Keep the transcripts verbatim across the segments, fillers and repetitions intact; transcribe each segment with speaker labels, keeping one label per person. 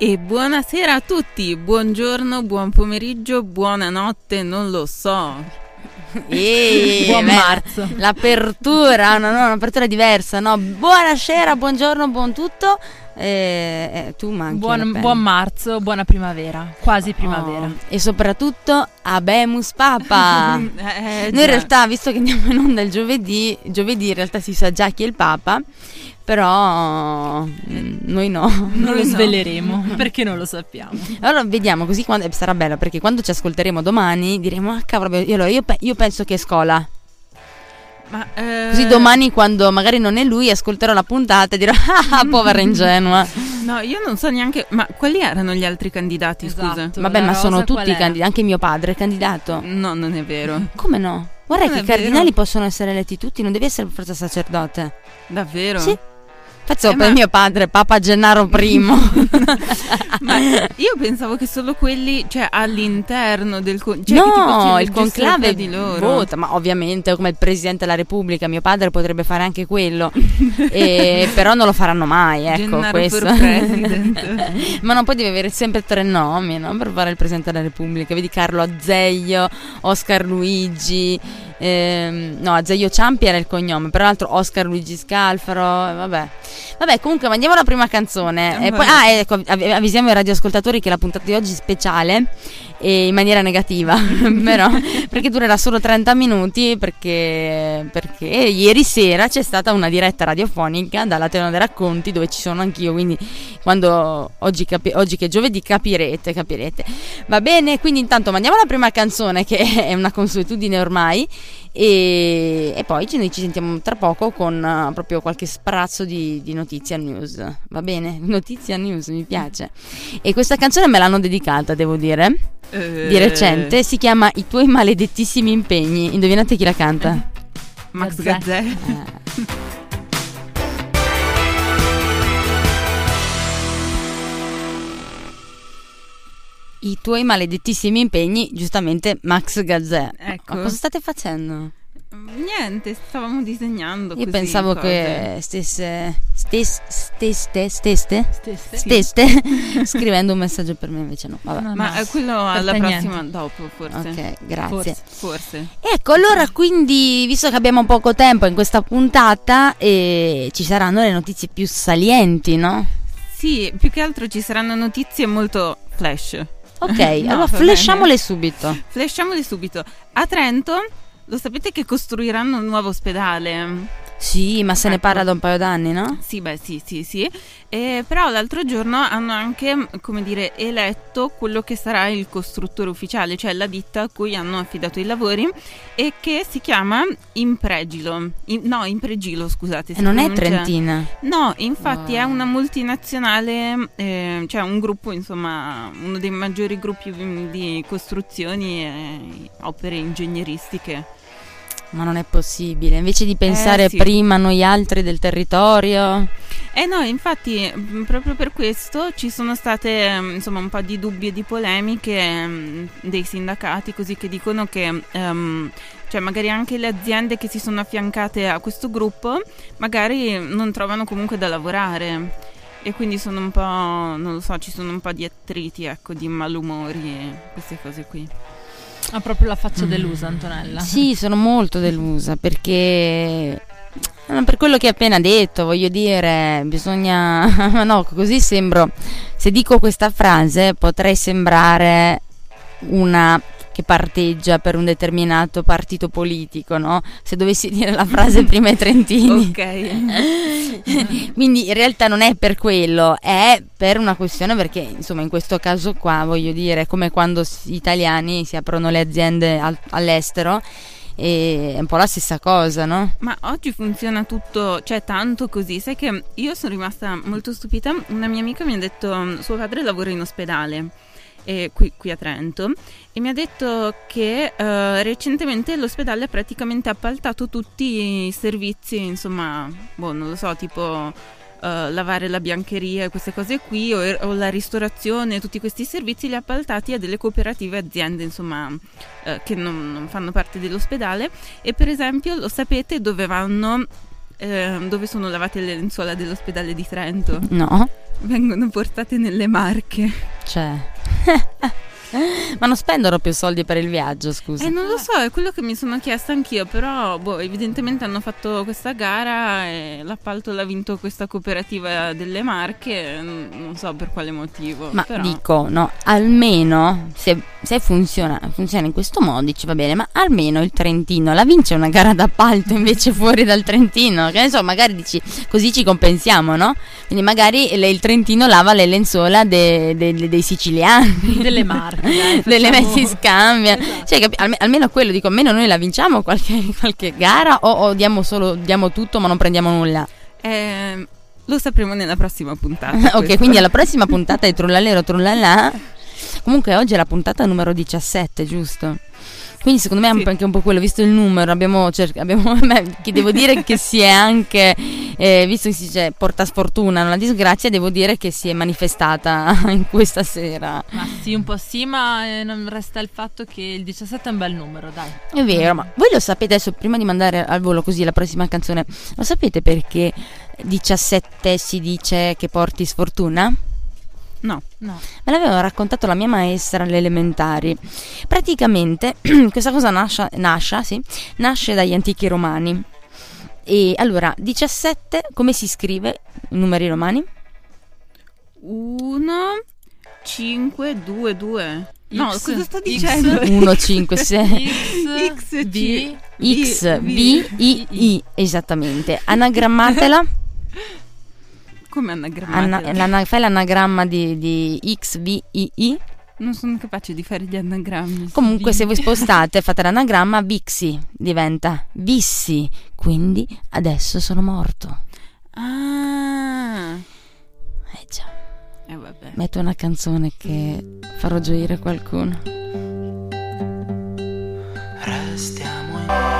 Speaker 1: E buonasera a tutti, buongiorno, buon pomeriggio, buonanotte, non lo so.
Speaker 2: E
Speaker 3: buon
Speaker 2: beh,
Speaker 3: marzo.
Speaker 2: L'apertura, no, no, un'apertura diversa, no? Buonasera, buongiorno, buon tutto. Eh, eh, tu manchi
Speaker 3: buon, buon marzo, buona primavera, quasi primavera.
Speaker 2: Oh, e soprattutto Habemus Papa.
Speaker 1: eh,
Speaker 2: Noi in realtà, visto che andiamo in onda il giovedì, giovedì in realtà si sa già chi è il Papa, però mh, noi no.
Speaker 3: Non lo
Speaker 1: no.
Speaker 3: sveleremo perché non lo sappiamo.
Speaker 2: Allora vediamo, così quando, eh, sarà bello, perché quando ci ascolteremo domani diremo ah cavolo, io, allora, io, pe- io penso che è Scola.
Speaker 1: Ma, eh...
Speaker 2: Così domani, quando magari non è lui, ascolterò la puntata e dirò ah povera ingenua.
Speaker 1: No, io non so neanche, ma quali erano gli altri candidati,
Speaker 3: Esatto.
Speaker 1: scusa?
Speaker 2: Vabbè,
Speaker 3: La
Speaker 2: ma
Speaker 3: rosa
Speaker 2: sono tutti
Speaker 3: qual è?
Speaker 2: candidati, anche mio padre è candidato.
Speaker 1: No, non è vero.
Speaker 2: Come no? Guarda
Speaker 1: Non
Speaker 2: che
Speaker 1: è
Speaker 2: i cardinali
Speaker 1: vero.
Speaker 2: possono essere eletti tutti, non devi essere per forza sacerdote.
Speaker 1: Davvero?
Speaker 2: Sì. Faccio
Speaker 1: Eh,
Speaker 2: per
Speaker 1: ma-
Speaker 2: mio padre, Papa Gennaro I.
Speaker 1: Ma io pensavo che solo quelli, cioè all'interno del con- cioè che
Speaker 2: No,
Speaker 1: tipo si
Speaker 2: il
Speaker 1: eleggessero
Speaker 2: conclave
Speaker 1: tra di loro.
Speaker 2: vota, ma ovviamente come il Presidente della Repubblica, mio padre potrebbe fare anche quello, e, però non lo faranno mai, ecco
Speaker 1: Gennaro
Speaker 2: questo.
Speaker 1: for President.
Speaker 2: Ma non poi devi avere sempre tre nomi, no? Per fare il Presidente della Repubblica. Vedi Carlo Azeglio, Oscar Luigi, ehm, no, Azeglio Ciampi era il cognome, peraltro Oscar Luigi Scalfaro, eh, vabbè. Vabbè, comunque mandiamo la prima canzone.
Speaker 1: Eh,
Speaker 2: E poi,
Speaker 1: vai.
Speaker 2: ah, ecco, av- avvisiamo i radioascoltatori che la puntata di oggi è speciale e in maniera negativa, però, perché durerà solo trenta minuti, perché, perché ieri sera c'è stata una diretta radiofonica dalla Teoria dei Racconti, dove ci sono anch'io, quindi quando oggi, capi- oggi che è giovedì capirete, capirete. Va bene, quindi intanto mandiamo la prima canzone, che è una consuetudine ormai, e, e poi ci- noi ci sentiamo tra poco con uh, proprio qualche sprazzo di, di Notizia News. Va bene? Notizia News, mi piace. E questa canzone me l'hanno dedicata, devo dire,
Speaker 1: Eh,
Speaker 2: di recente. Si chiama I tuoi maledettissimi impegni. Indovinate chi la canta?
Speaker 1: Max
Speaker 3: Gazzè.
Speaker 1: Gazzè.
Speaker 2: Eh. I tuoi maledettissimi impegni, giustamente Max Gazzè.
Speaker 1: Ecco.
Speaker 2: Ma cosa state facendo?
Speaker 1: Niente, stavamo disegnando.
Speaker 2: Io
Speaker 1: così,
Speaker 2: pensavo
Speaker 1: cose.
Speaker 2: che stesse stes, steste steste
Speaker 3: Stesse?
Speaker 2: steste scrivendo un messaggio per me, invece no. Vabbè.
Speaker 3: No,
Speaker 1: Ma
Speaker 3: no.
Speaker 1: eh, quello
Speaker 3: Per
Speaker 1: alla
Speaker 3: te
Speaker 1: prossima,
Speaker 3: niente.
Speaker 1: dopo forse.
Speaker 2: Ok, grazie.
Speaker 3: Forse.
Speaker 1: Forse.
Speaker 2: Ecco, allora quindi, visto che abbiamo poco tempo in questa puntata, eh, ci saranno le notizie più salienti, no?
Speaker 1: Sì, più che altro ci saranno notizie molto flash.
Speaker 2: Ok,
Speaker 1: No,
Speaker 2: allora
Speaker 1: va
Speaker 2: flashiamole
Speaker 1: bene.
Speaker 2: subito.
Speaker 1: Flashiamole subito. A Trento, lo sapete che costruiranno un nuovo ospedale?
Speaker 2: Sì, ma se ne
Speaker 1: Ecco.
Speaker 2: parla da un paio d'anni, no?
Speaker 1: Sì, beh, sì, sì, sì. Eh, però l'altro giorno hanno anche, come dire, eletto quello che sarà il costruttore ufficiale, cioè la ditta a cui hanno affidato i lavori, e che si chiama Impregilo. In- no, Impregilo, scusate.
Speaker 2: E
Speaker 1: si
Speaker 2: non è
Speaker 1: pronuncia-
Speaker 2: Trentina.
Speaker 1: No, infatti
Speaker 2: Oh.
Speaker 1: è una multinazionale, eh, cioè un gruppo, insomma, uno dei maggiori gruppi mm, di costruzioni e opere ingegneristiche.
Speaker 2: Ma non è possibile. Invece di pensare
Speaker 1: Eh, sì.
Speaker 2: prima noi altri del territorio.
Speaker 1: Eh no, infatti mh, proprio per questo ci sono state mh, insomma un po' di dubbi e di polemiche mh, dei sindacati, così, che dicono che ehm, cioè magari anche le aziende che si sono affiancate a questo gruppo magari non trovano comunque da lavorare, e quindi sono un po', non lo so, ci sono un po' di attriti, ecco, di malumori e queste cose qui.
Speaker 3: Ha proprio la faccia delusa, Antonella.
Speaker 2: Sì, sono molto delusa, perché eh, per quello che hai appena detto, voglio dire, bisogna ma no, così sembro, se dico questa frase potrei sembrare una che parteggia per un determinato partito politico, no? Se dovessi dire la frase prima ai trentini.
Speaker 1: Ok.
Speaker 2: Quindi in realtà non è per quello, è per una questione, perché insomma in questo caso qua, voglio dire, è come quando gli italiani si aprono le aziende al- all'estero, e è un po' la stessa cosa, no?
Speaker 1: Ma oggi funziona tutto, cioè tanto così. Sai che io sono rimasta molto stupita. Una mia amica mi ha detto, suo padre lavora in ospedale, eh, qui, qui a Trento, e mi ha detto che eh, recentemente l'ospedale ha praticamente appaltato tutti i servizi, insomma, boh, non lo so, tipo eh, lavare la biancheria e queste cose qui, o, o la ristorazione, tutti questi servizi li ha appaltati a delle cooperative aziende, insomma, eh, che non, non fanno parte dell'ospedale. E per esempio, lo sapete dove vanno, eh, dove sono lavate le lenzuola dell'ospedale di Trento?
Speaker 2: No?
Speaker 1: vengono portate nelle Marche.
Speaker 2: Cioè... Ma non spendono più soldi per il viaggio, scusa?
Speaker 1: Eh, non lo so, è quello che mi sono chiesta anch'io, però boh, evidentemente hanno fatto questa gara e l'appalto l'ha vinto questa cooperativa delle Marche, non so per quale motivo.
Speaker 2: Ma
Speaker 1: però...
Speaker 2: dico, no, almeno se, se funziona, funziona in questo modo, dici va bene, ma almeno il Trentino la vince una gara d'appalto invece fuori dal Trentino, che ne so, magari dici così ci compensiamo, no? Quindi magari le, il Trentino lava le lenzuola de, de, de, dei siciliani,
Speaker 3: delle Marche. Dai,
Speaker 2: delle messi scambia,
Speaker 3: esatto.
Speaker 2: Cioè, capi- alme- almeno quello dico, almeno noi la vinciamo qualche, qualche gara o, o diamo solo diamo tutto ma non prendiamo nulla.
Speaker 1: Eh, lo sapremo nella prossima puntata.
Speaker 2: Ok,
Speaker 1: questo.
Speaker 2: quindi alla prossima puntata di Trullalero Trullallà. Comunque oggi è la puntata numero diciassette, giusto? Quindi secondo me è un
Speaker 1: Sì.
Speaker 2: po' anche un po' quello, visto il numero, abbiamo, cer- abbiamo che devo dire che si è anche, eh, visto che si dice porta sfortuna, non la disgrazia, devo dire che si è manifestata in questa sera.
Speaker 3: Ma sì, un po' sì, ma eh, non resta il fatto che il diciassette è un bel numero, dai.
Speaker 2: È vero, ma voi lo sapete adesso, prima di mandare al volo così la prossima canzone, lo sapete perché diciassette si dice che porti sfortuna?
Speaker 1: No.
Speaker 3: No.
Speaker 2: Me l'aveva raccontato la mia maestra alle elementari. Praticamente questa cosa nasce, nasce, sì, nasce dagli antichi romani. E allora, diciassette come si scrive in numeri romani?
Speaker 1: uno, cinque, due, due. No,
Speaker 3: X,
Speaker 1: cosa sto
Speaker 3: X,
Speaker 1: dicendo?
Speaker 2: uno, cinque, sei
Speaker 3: X,
Speaker 1: X,
Speaker 3: V,
Speaker 2: X, V, I, I, esattamente. Anagrammatela.
Speaker 1: Come anagrammatela?
Speaker 2: Anna, l'ana- fai l'anagramma di, di X, V, I, I.
Speaker 1: Non sono capace di fare gli anagrammi.
Speaker 2: Comunque se voi spostate fate l'anagramma, Vixi diventa Vissi, quindi adesso sono morto.
Speaker 1: Ah,
Speaker 2: Eh già,
Speaker 1: eh vabbè.
Speaker 2: metto una canzone che farò gioire qualcuno.
Speaker 4: Restiamo in...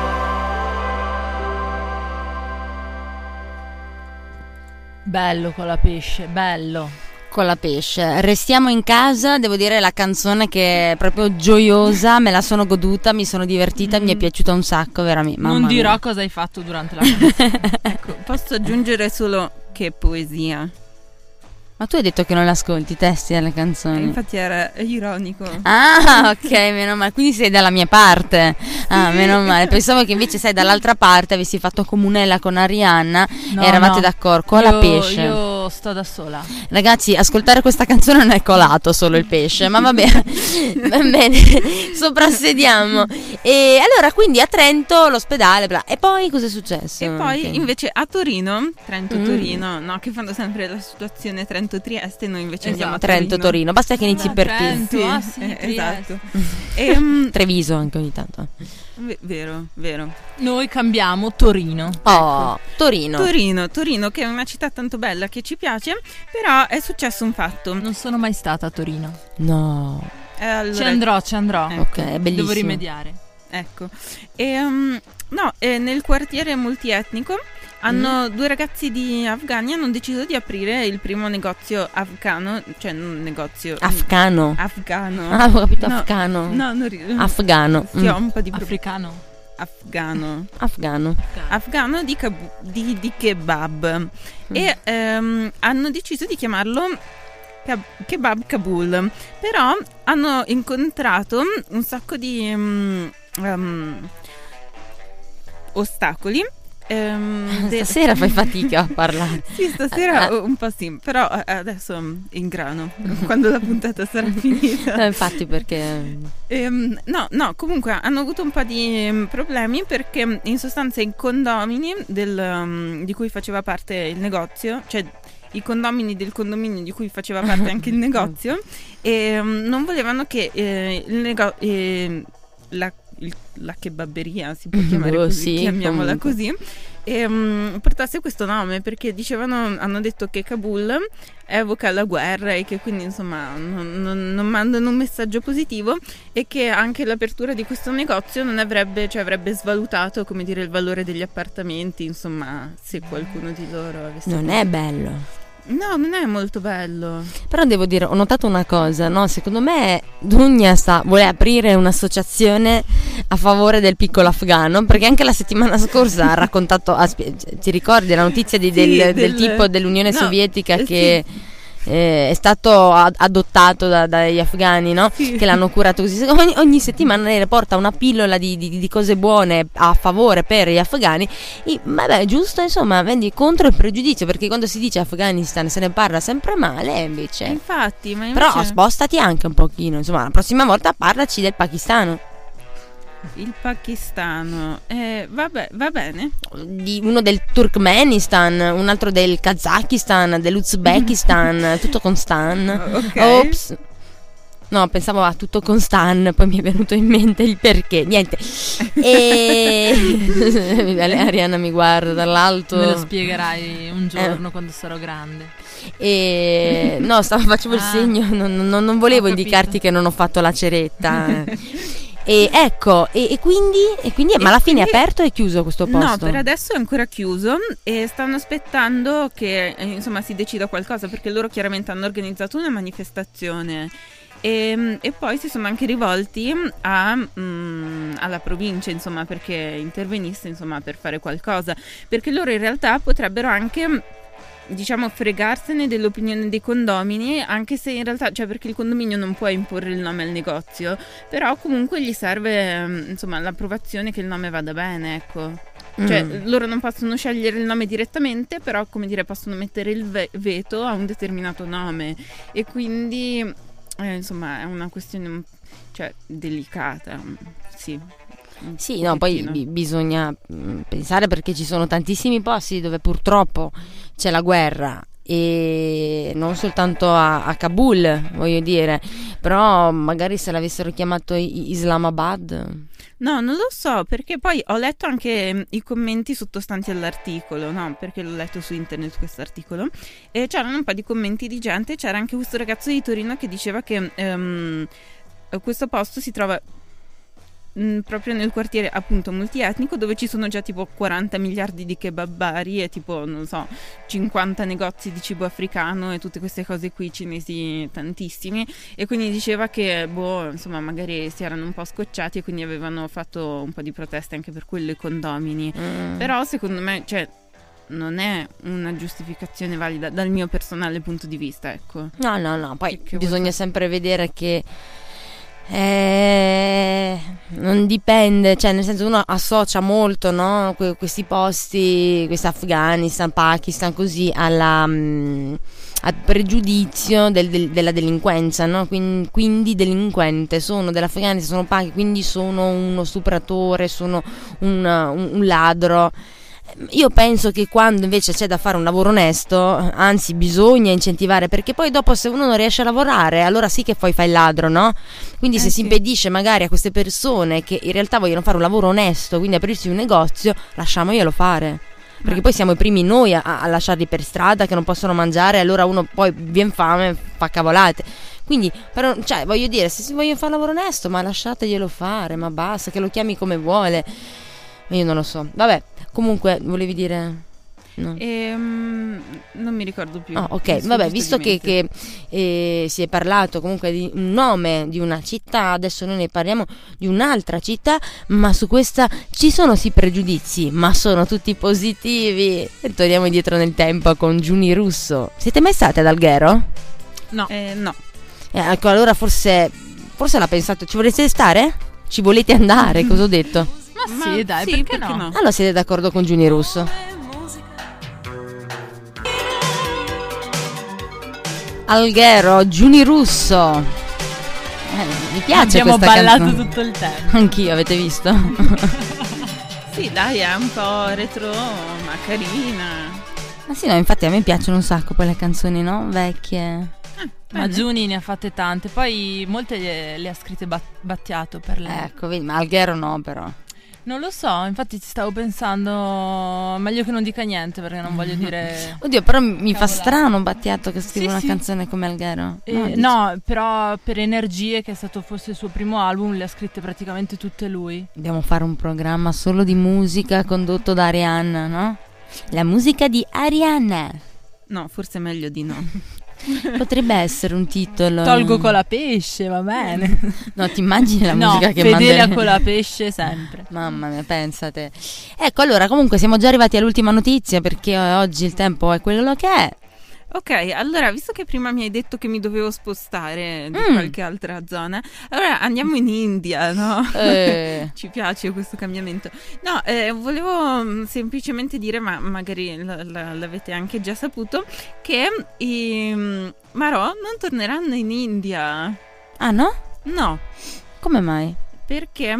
Speaker 3: Bello con la pesce, bello.
Speaker 2: Con la pesce, restiamo in casa, devo dire la canzone che è proprio gioiosa, me la sono goduta, mi sono divertita, mi è piaciuta un sacco, veramente. Mamma
Speaker 3: non dirò
Speaker 2: mia.
Speaker 3: cosa hai fatto durante la canzone.
Speaker 1: Ecco, posso aggiungere solo che poesia.
Speaker 2: Ma tu hai detto che non l'ascolti i testi delle
Speaker 1: Eh,
Speaker 2: canzoni.
Speaker 1: infatti era ironico.
Speaker 2: Ah, ok, meno male. Quindi sei dalla mia parte. Ah, meno male. Pensavo che invece sei dall'altra parte, avessi fatto comunella con Arianna
Speaker 3: No,
Speaker 2: e eravate
Speaker 3: no.
Speaker 2: d'accordo. Con
Speaker 3: io,
Speaker 2: la pesce.
Speaker 3: Io sto da sola.
Speaker 2: Ragazzi, ascoltare questa canzone non è colato solo il pesce, ma va bene. Va bene, soprassediamo. E allora, quindi a Trento l'ospedale, bla. E poi cosa è successo?
Speaker 1: E poi
Speaker 2: Ok.
Speaker 1: invece a Torino, Trento-Torino,
Speaker 2: Mm.
Speaker 1: no, che fanno sempre la situazione Trento-Trieste, noi invece
Speaker 3: Esatto.
Speaker 1: andiamo a
Speaker 2: Trento,
Speaker 1: Torino.
Speaker 2: Torino, basta che inizi
Speaker 3: Ah,
Speaker 2: per T.
Speaker 3: Trento.
Speaker 1: Sì,
Speaker 3: Ah, sì,
Speaker 1: eh,
Speaker 3: Trieste.
Speaker 1: esatto. E, mm,
Speaker 2: Treviso anche ogni tanto.
Speaker 1: v- vero, vero.
Speaker 3: Noi cambiamo Torino.
Speaker 2: Oh, Torino.
Speaker 1: Torino, Torino, che è una città tanto bella che ci piace, però è successo un fatto.
Speaker 3: Non sono mai stata a Torino.
Speaker 2: No.
Speaker 1: Eh, allora,
Speaker 3: Ci andrò, ci andrò.
Speaker 1: Ecco.
Speaker 2: Ok, è bellissimo.
Speaker 3: Devo rimediare.
Speaker 1: Ecco. E, um, no, eh, nel quartiere multietnico hanno due ragazzi di Afghani hanno deciso di aprire il primo negozio afghano, cioè non negozio
Speaker 2: Afgano.
Speaker 1: afghano.
Speaker 2: Ah, ho capito,
Speaker 1: No,
Speaker 2: afgano.
Speaker 1: No, non ri-
Speaker 2: Afgano.
Speaker 1: Sì, ho
Speaker 2: Mm.
Speaker 1: un po' di pro-
Speaker 3: Africano.
Speaker 1: afghano.
Speaker 2: Afgano.
Speaker 1: Afghano di, keb- di, di kebab. E ehm, hanno deciso di chiamarlo Keb- Kebab Kabul. Però hanno incontrato un sacco di mm, um, ostacoli. ehm, de-
Speaker 2: Stasera fai fatica a parlare.
Speaker 1: Sì, stasera
Speaker 2: Ah.
Speaker 1: un po' sì, però eh, adesso mm, in grano, quando la puntata sarà finita.
Speaker 2: Eh, infatti perché
Speaker 1: Ehm, no, no, comunque hanno avuto un po' di mm, problemi perché mm, in sostanza i condomini del, mm, di cui faceva parte il negozio, cioè i condomini del condominio di cui faceva parte anche il negozio, e, mm, non volevano che eh, il nego- eh, la, il- la kebabberia, si può chiamare
Speaker 2: Oh,
Speaker 1: così,
Speaker 2: sì,
Speaker 1: chiamiamola
Speaker 2: comunque.
Speaker 1: così, e, mm, portasse questo nome perché dicevano, hanno detto che Kabul evoca la guerra e che quindi insomma non, non- non mandano un messaggio positivo e che anche l'apertura di questo negozio non avrebbe, cioè avrebbe svalutato, come dire, il valore degli appartamenti, insomma, se qualcuno di loro avesse...
Speaker 2: non è bello.
Speaker 1: No, non è molto bello.
Speaker 2: Però devo dire, ho notato una cosa, no? Secondo me Dunja sta, vuole aprire un'associazione a favore del piccolo afghano, perché anche la settimana scorsa ha raccontato, ha spie- ti ricordi la notizia di- del,
Speaker 1: Sì,
Speaker 2: del,
Speaker 1: del-
Speaker 2: tipo dell'Unione
Speaker 1: no,
Speaker 2: Sovietica
Speaker 1: eh,
Speaker 2: che...
Speaker 1: sì.
Speaker 2: eh, è stato ad- adottato da- dagli afghani, no?
Speaker 1: Sì.
Speaker 2: Che l'hanno curato così. Ogni, ogni settimana lei porta una pillola di, di- di cose buone a favore per gli afghani. E, vabbè, giusto, insomma, vendi contro il pregiudizio, perché quando si dice Afghanistan se ne parla sempre male, e invece.
Speaker 1: Infatti, ma
Speaker 2: Però
Speaker 1: invece
Speaker 2: spostati anche un pochino, insomma, la prossima volta parlaci del Pakistano,
Speaker 1: il Pakistano, eh, vabbè, va bene.
Speaker 2: di uno del Turkmenistan, un altro del Kazakistan, dell'Uzbekistan, tutto con Stan.
Speaker 1: Ok.
Speaker 2: Ops. No, pensavo a tutto con Stan, poi mi è venuto in mente il perché. Niente. E Arianna mi guarda dall'alto.
Speaker 3: Me lo spiegherai un giorno quando sarò grande.
Speaker 2: E no, stavo facevo il
Speaker 3: Ah.
Speaker 2: segno, non, non- non volevo
Speaker 3: Ho capito.
Speaker 2: indicarti che non ho fatto la ceretta. E ecco, e, e quindi, e quindi ma
Speaker 1: E
Speaker 2: alla fine è
Speaker 1: quindi-
Speaker 2: aperto o è chiuso questo posto?
Speaker 1: No, per adesso è ancora chiuso e stanno aspettando che eh, insomma si decida qualcosa, perché loro chiaramente hanno organizzato una manifestazione e, e poi si sono anche rivolti a, mm, alla provincia, insomma, perché intervenisse, insomma, per fare qualcosa, perché loro in realtà potrebbero anche, diciamo, fregarsene dell'opinione dei condomini, anche se in realtà, cioè, perché il condominio non può imporre il nome al negozio, però comunque gli serve, mm, insomma, l'approvazione che il nome vada bene, ecco. Cioè,
Speaker 2: Mm.
Speaker 1: loro non possono scegliere il nome direttamente, però, come dire, possono mettere il ve- veto a un determinato nome, e quindi, eh, insomma, è una questione, mm, cioè, delicata, mm, sì. un
Speaker 2: Sì, no, poi
Speaker 1: pochettino.
Speaker 2: bi- bisogna mh, pensare, perché ci sono tantissimi posti dove purtroppo c'è la guerra, e non soltanto a, a Kabul, voglio dire, però magari se l'avessero chiamato I- Islamabad.
Speaker 1: No, non lo so, perché poi ho letto anche mm, i commenti sottostanti all'articolo, no? Perché l'ho letto su internet questo articolo, e c'erano un po' di commenti di gente. C'era anche questo ragazzo di Torino che diceva che ehm, questo posto si trova mm, proprio nel quartiere, appunto, multietnico, dove ci sono già tipo quaranta miliardi di kebabari e tipo, non so, cinquanta negozi di cibo africano e tutte queste cose qui, cinesi tantissimi, e quindi diceva che, boh, insomma, magari si erano un po' scocciati e quindi avevano fatto un po' di proteste anche per quello, i condomini.
Speaker 2: Mm.
Speaker 1: Però secondo me, cioè, non è una giustificazione valida dal mio personale punto di vista, ecco.
Speaker 2: No, no, no, poi
Speaker 1: Che- che
Speaker 2: bisogna
Speaker 1: vuoi
Speaker 2: sempre vedere che eh, non dipende, cioè nel senso, uno associa molto, no, que- questi posti, questo Afghanistan, Pakistan, così alla, mm, al pregiudizio del- del- della delinquenza, no? Quindi, quindi delinquente, sono dell'Afghanistan, sono Pakistan, quindi sono uno stupratore, sono un, un- un ladro. Io penso che quando invece c'è da fare un lavoro onesto, anzi, bisogna incentivare, perché poi dopo, se uno non riesce a lavorare, allora sì che poi fa il ladro, no? Quindi
Speaker 1: Eh
Speaker 2: se si
Speaker 1: sì.
Speaker 2: impedisce magari a queste persone che in realtà vogliono fare un lavoro onesto, quindi aprirsi un negozio, lasciamoglielo fare. Perché
Speaker 1: Ma-
Speaker 2: poi siamo i primi noi a, a lasciarli per strada, che non possono mangiare, allora uno poi viene fame, fa cavolate. Quindi, però, cioè, voglio dire, se si vogliono fare un lavoro onesto, ma lasciateglielo fare, ma basta, che lo chiami come vuole. Io non lo so. Vabbè, comunque, volevi dire... No.
Speaker 1: Ehm, non mi ricordo più.
Speaker 2: Ah,
Speaker 1: Mi
Speaker 2: ok,
Speaker 1: è
Speaker 2: vabbè,
Speaker 1: sfuggito
Speaker 2: visto
Speaker 1: di
Speaker 2: che,
Speaker 1: mente.
Speaker 2: che eh, si è parlato comunque di un nome di una città, adesso noi ne parliamo di un'altra città, ma su questa ci sono sì pregiudizi, ma sono tutti positivi. E torniamo indietro nel tempo con Giuni Russo. Siete mai state ad Alghero?
Speaker 3: No.
Speaker 1: Eh, no.
Speaker 2: Eh, ecco, allora forse, forse l'ha pensato, ci volete stare? Ci volete andare? Cosa ho detto?
Speaker 3: Ma,
Speaker 1: Ma
Speaker 3: sì, dai,
Speaker 1: sì,
Speaker 3: perché,
Speaker 1: perché
Speaker 3: no?
Speaker 1: no?
Speaker 2: Allora siete d'accordo con Giuni Russo? Alghero, Giuni Russo. Eh, mi piace
Speaker 3: Abbiamo
Speaker 2: questa
Speaker 3: ballato
Speaker 2: canzone.
Speaker 3: tutto il tempo.
Speaker 2: Anch'io, avete visto?
Speaker 1: Sì, dai, è un po' retro, ma carina.
Speaker 2: Ma sì, no, infatti a me piacciono un sacco quelle canzoni, no? Vecchie.
Speaker 3: Ma
Speaker 1: Bene.
Speaker 3: Giuni ne ha fatte tante. Poi molte le, le ha scritte Bat- Battiato per lei.
Speaker 2: Ecco, vedi, ma Alghero no, però.
Speaker 3: Non lo so, infatti ci stavo pensando. Meglio che non dica niente, perché non voglio dire.
Speaker 2: Oddio, però mi fa
Speaker 3: Cavolate.
Speaker 2: strano Battiato che scrive
Speaker 3: Sì,
Speaker 2: una
Speaker 3: sì.
Speaker 2: canzone come Alghero.
Speaker 3: Eh,
Speaker 2: dici-
Speaker 3: no, però per Energie, che è stato forse il suo primo album, le ha scritte praticamente tutte lui.
Speaker 2: Dobbiamo fare un programma solo di musica condotto da Arianna, no? La musica di Arianna.
Speaker 1: No, forse è meglio di no.
Speaker 2: Potrebbe essere un titolo.
Speaker 3: Tolgo con la pesce, va bene.
Speaker 2: No, ti immagini la
Speaker 3: no,
Speaker 2: musica che
Speaker 3: fedele
Speaker 2: manda...
Speaker 3: a con la pesce sempre.
Speaker 2: Mamma mia, pensate. Ecco, allora, comunque siamo già arrivati all'ultima notizia, perché oggi il tempo è quello che è.
Speaker 1: Ok, allora, visto che prima mi hai detto che mi dovevo spostare di
Speaker 2: Mm.
Speaker 1: qualche altra zona, allora andiamo in India, no?
Speaker 2: Eh.
Speaker 1: Ci piace questo cambiamento. No, eh, volevo mm, semplicemente dire, ma magari l- l- l'avete anche già saputo, che i mm, Marò non torneranno in India.
Speaker 2: Ah, no?
Speaker 1: No,
Speaker 2: Come mai?
Speaker 1: perché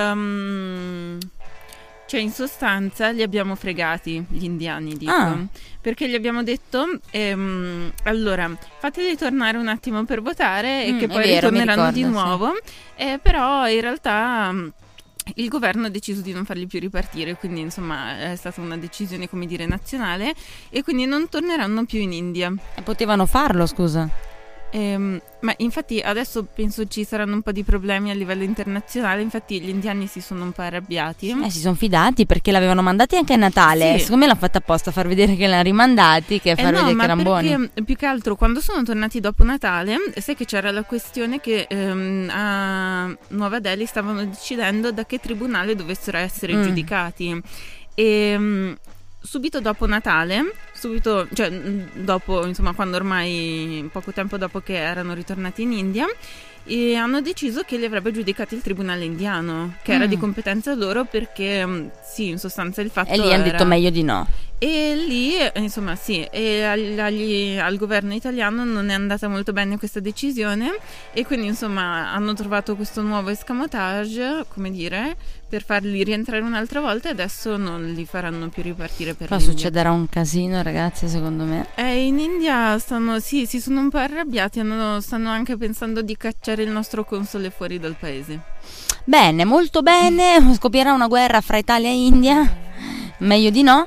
Speaker 1: ehm, cioè in sostanza li abbiamo fregati gli indiani, dico.
Speaker 2: Ah.
Speaker 1: Perché gli abbiamo detto ehm, allora fateli tornare un attimo per votare e
Speaker 2: Mm,
Speaker 1: che
Speaker 2: è
Speaker 1: poi
Speaker 2: vero, mi
Speaker 1: ritorneranno
Speaker 2: ricordo,
Speaker 1: di
Speaker 2: sì.
Speaker 1: nuovo, eh, però in realtà mm, il governo ha deciso di non farli più ripartire, quindi insomma è stata una decisione, come dire, nazionale, e quindi non torneranno più in India.
Speaker 2: E potevano farlo, scusa.
Speaker 1: Ehm, ma infatti adesso penso ci saranno un po' di problemi a livello internazionale, infatti gli indiani si sono un po' arrabbiati.
Speaker 2: Eh, si sono fidati perché l'avevano mandati anche a Natale.
Speaker 1: Sì.
Speaker 2: Secondo me l'hanno fatto apposta a far vedere che l'hanno rimandati, che a
Speaker 1: Eh
Speaker 2: far
Speaker 1: no,
Speaker 2: vedere che
Speaker 1: ma
Speaker 2: erano
Speaker 1: perché
Speaker 2: buoni.
Speaker 1: più che altro quando sono tornati dopo Natale, sai che c'era la questione che ehm, a Nuova Delhi stavano decidendo da che tribunale dovessero essere
Speaker 2: Mm.
Speaker 1: giudicati. E mm, subito dopo Natale, subito, cioè mm, dopo, insomma, quando ormai poco tempo dopo che erano ritornati in India, e hanno deciso che li avrebbe giudicati il tribunale indiano, che era
Speaker 2: Mm.
Speaker 1: di competenza loro, perché mm, sì, in sostanza il fatto
Speaker 2: E lì hanno
Speaker 1: era-
Speaker 2: detto meglio di no.
Speaker 1: e lì, eh, insomma, sì, e agli- agli- al governo italiano non è andata molto bene questa decisione, e quindi, insomma, hanno trovato questo nuovo escamotage, come dire, per farli rientrare un'altra volta, e adesso non li faranno più ripartire per
Speaker 2: Qua
Speaker 1: l'India.
Speaker 2: succederà un casino, ragazzi, secondo me.
Speaker 1: Eh, in India stanno, sì, si sono un po' arrabbiati, hanno- stanno anche pensando di cacciare il nostro console fuori dal paese.
Speaker 2: Bene, molto bene. Scoppierà una guerra fra Italia e India? Meglio di no.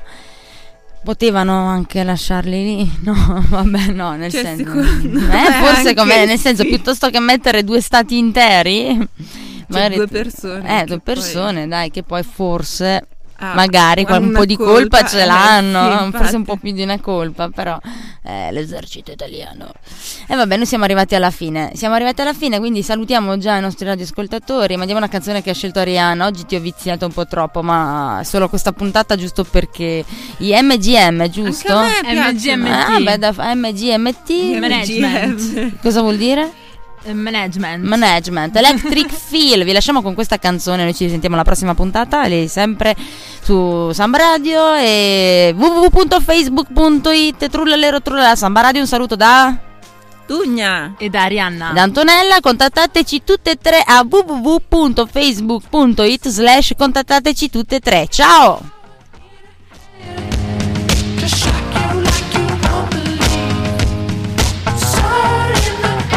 Speaker 2: Potevano anche lasciarli lì, no? Vabbè, no, nel
Speaker 1: Cioè,
Speaker 2: senso.
Speaker 1: secondo
Speaker 2: Eh,
Speaker 1: me
Speaker 2: forse
Speaker 1: anche
Speaker 2: com'è, nel senso,
Speaker 1: sì.
Speaker 2: piuttosto che mettere due stati interi,
Speaker 1: Cioè, due persone.
Speaker 2: Eh, due
Speaker 1: che poi-
Speaker 2: persone, dai, che poi forse
Speaker 1: Ah,
Speaker 2: magari qual- un
Speaker 1: una
Speaker 2: po' di colpa, ce
Speaker 1: eh,
Speaker 2: l'hanno,
Speaker 1: sì,
Speaker 2: forse
Speaker 1: infatti.
Speaker 2: un po' più di una colpa, però eh, l'esercito italiano. E vabbè, noi siamo arrivati alla fine. Siamo arrivati alla fine, quindi salutiamo già i nostri radioascoltatori. Mandiamo una canzone che ha scelto Arianna. Oggi ti ho viziato un po' troppo, ma solo questa puntata giusto perché i M G M, giusto?
Speaker 1: Anche a me piacciono.
Speaker 3: M G M.
Speaker 2: Ah, beh, da M G M T
Speaker 3: Management.
Speaker 2: cosa vuol dire?
Speaker 3: Eh, Management.
Speaker 2: Management, Electric Feel. Vi lasciamo con questa canzone. Noi ci risentiamo alla prossima puntata. Lei sempre su Samba Radio e w w w punto facebook punto it. Trullalero trullala Samba Radio. Un saluto da,
Speaker 1: Tugna.
Speaker 3: E da Arianna.
Speaker 2: da Antonella. Contattateci tutte e tre a w w w punto facebook punto it slash contattateci tutte e tre. Ciao.